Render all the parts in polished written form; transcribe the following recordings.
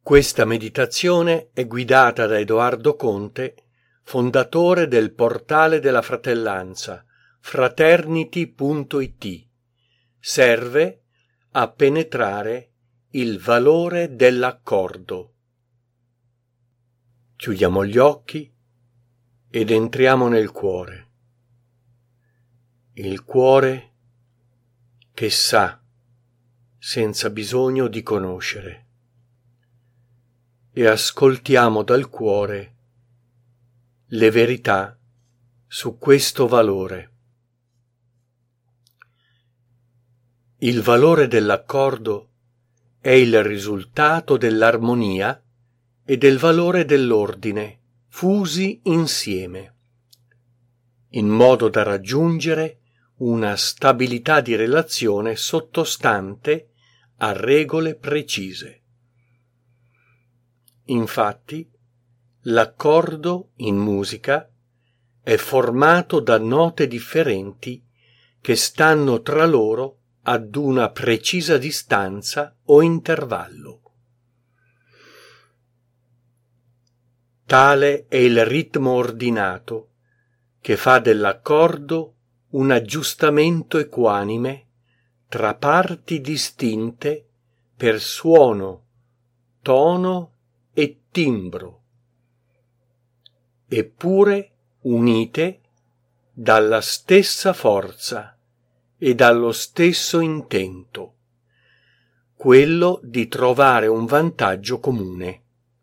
Questa meditazione è guidata da Edoardo Conte, fondatore del portale della fratellanza fraternity.it. Serve a penetrare il valore dell'accordo. Chiudiamo gli occhi ed entriamo nel cuore. Il cuore che sa senza bisogno di conoscere. E ascoltiamo dal cuore le verità su questo valore. Il valore dell'accordo è il risultato dell'armonia e del valore dell'ordine fusi insieme, in modo da raggiungere una stabilità di relazione sottostante a regole precise. Infatti, l'accordo in musica è formato da note differenti che stanno tra loro ad una precisa distanza o intervallo. Tale è il ritmo ordinato che fa dell'accordo un aggiustamento equanime tra parti distinte per suono, tono e timbro, eppure unite dalla stessa forza e dallo stesso intento, quello di trovare un vantaggio comune.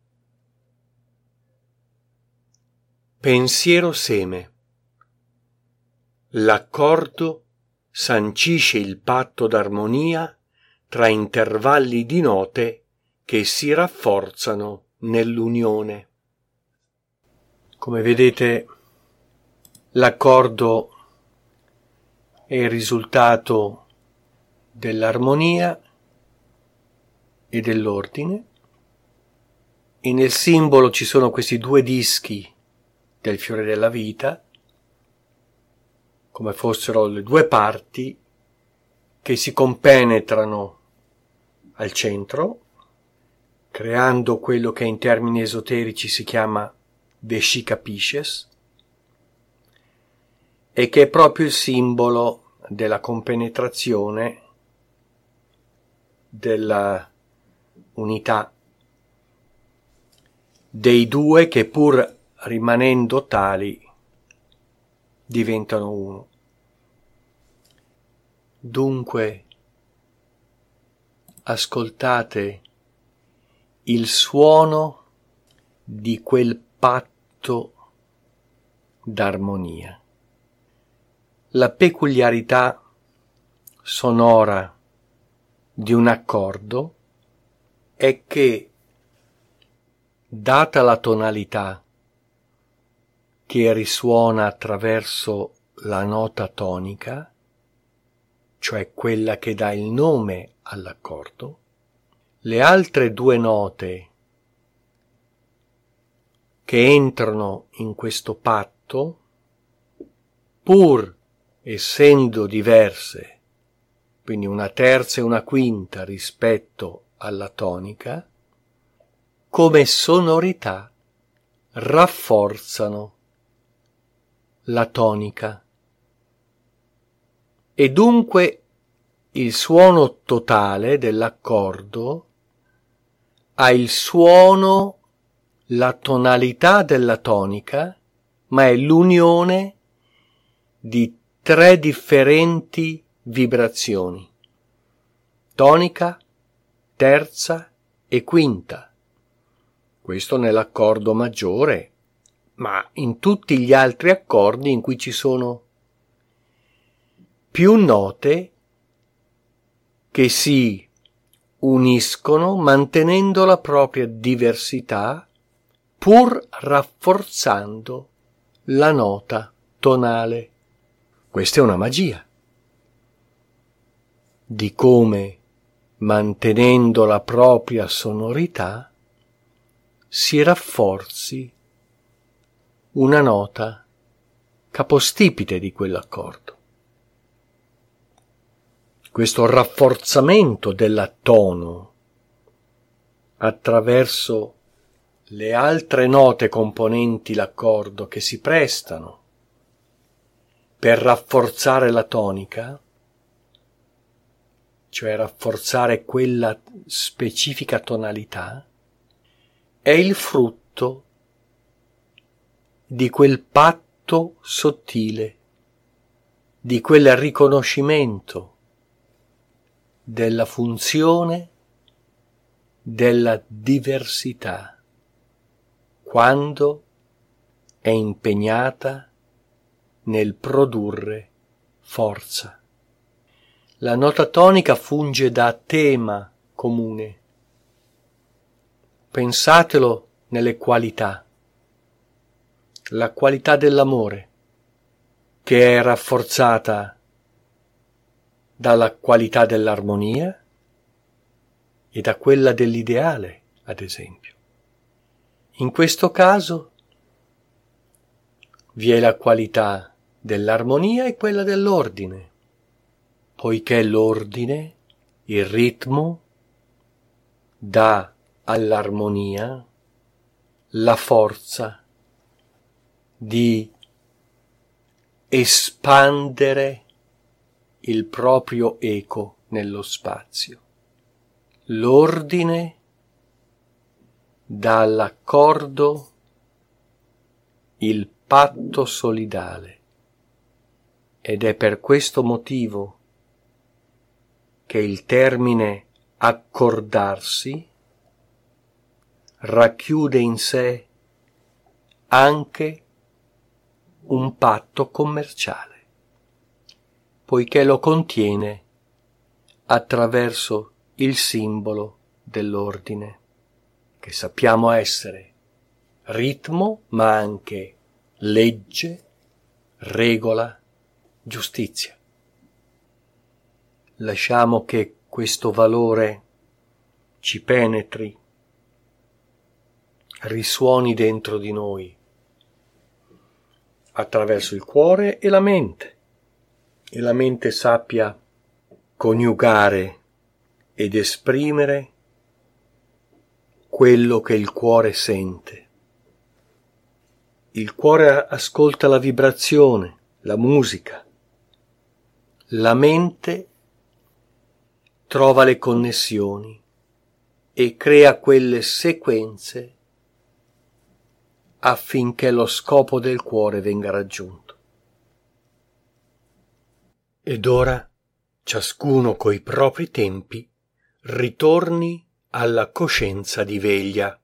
Pensiero seme. L'accordo sancisce il patto d'armonia tra intervalli di note che si rafforzano nell'unione. Come vedete, l'accordo è il risultato dell'armonia e dell'ordine, e nel simbolo ci sono questi due dischi del fiore della vita, come fossero le due parti che si compenetrano al centro, creando quello che in termini esoterici si chiama Veshika Pisces, e che è proprio il simbolo della compenetrazione, della unità dei due che, pur rimanendo tali, diventano uno. Dunque, ascoltate il suono di quel patto d'armonia. La peculiarità sonora di un accordo è che, data la tonalità che risuona attraverso la nota tonica, cioè quella che dà il nome all'accordo, le altre due note che entrano in questo patto, pur essendo diverse, quindi una terza e una quinta rispetto alla tonica, come sonorità rafforzano la tonica. E dunque il suono totale dell'accordo ha il suono, la tonalità della tonica, ma è l'unione di tre differenti vibrazioni: tonica, terza e quinta. Questo nell'accordo maggiore, ma in tutti gli altri accordi in cui ci sono più note che si uniscono mantenendo la propria diversità, pur rafforzando la nota tonale. Questa è una magia di come, mantenendo la propria sonorità, si rafforzi una nota capostipite di quell'accordo. Questo rafforzamento della tono attraverso le altre note componenti l'accordo che si prestano per rafforzare la tonica, cioè rafforzare quella specifica tonalità, è il frutto di quel patto sottile, di quel riconoscimento della funzione della diversità quando è impegnata nel produrre forza. La nota tonica funge da tema comune. Pensatelo nelle qualità. La qualità dell'amore, che è rafforzata dalla qualità dell'armonia e da quella dell'ideale, ad esempio. In questo caso vi è la qualità dell'armonia e quella dell'ordine, poiché l'ordine, il ritmo, dà all'armonia la forza di espandere il proprio eco nello spazio. L'ordine dà all'accordo il patto solidale ed è per questo motivo che il termine accordarsi racchiude in sé anche un patto commerciale, poiché lo contiene attraverso il simbolo dell'ordine, che sappiamo essere ritmo, ma anche legge, regola, giustizia. Lasciamo che questo valore ci penetri, risuoni dentro di noi, attraverso il cuore e la mente sappia coniugare ed esprimere quello che il cuore sente. Il cuore ascolta la vibrazione, la musica. La mente trova le connessioni e crea quelle sequenze affinché lo scopo del cuore venga raggiunto. Ed ora, ciascuno coi propri tempi, ritorni alla coscienza di veglia.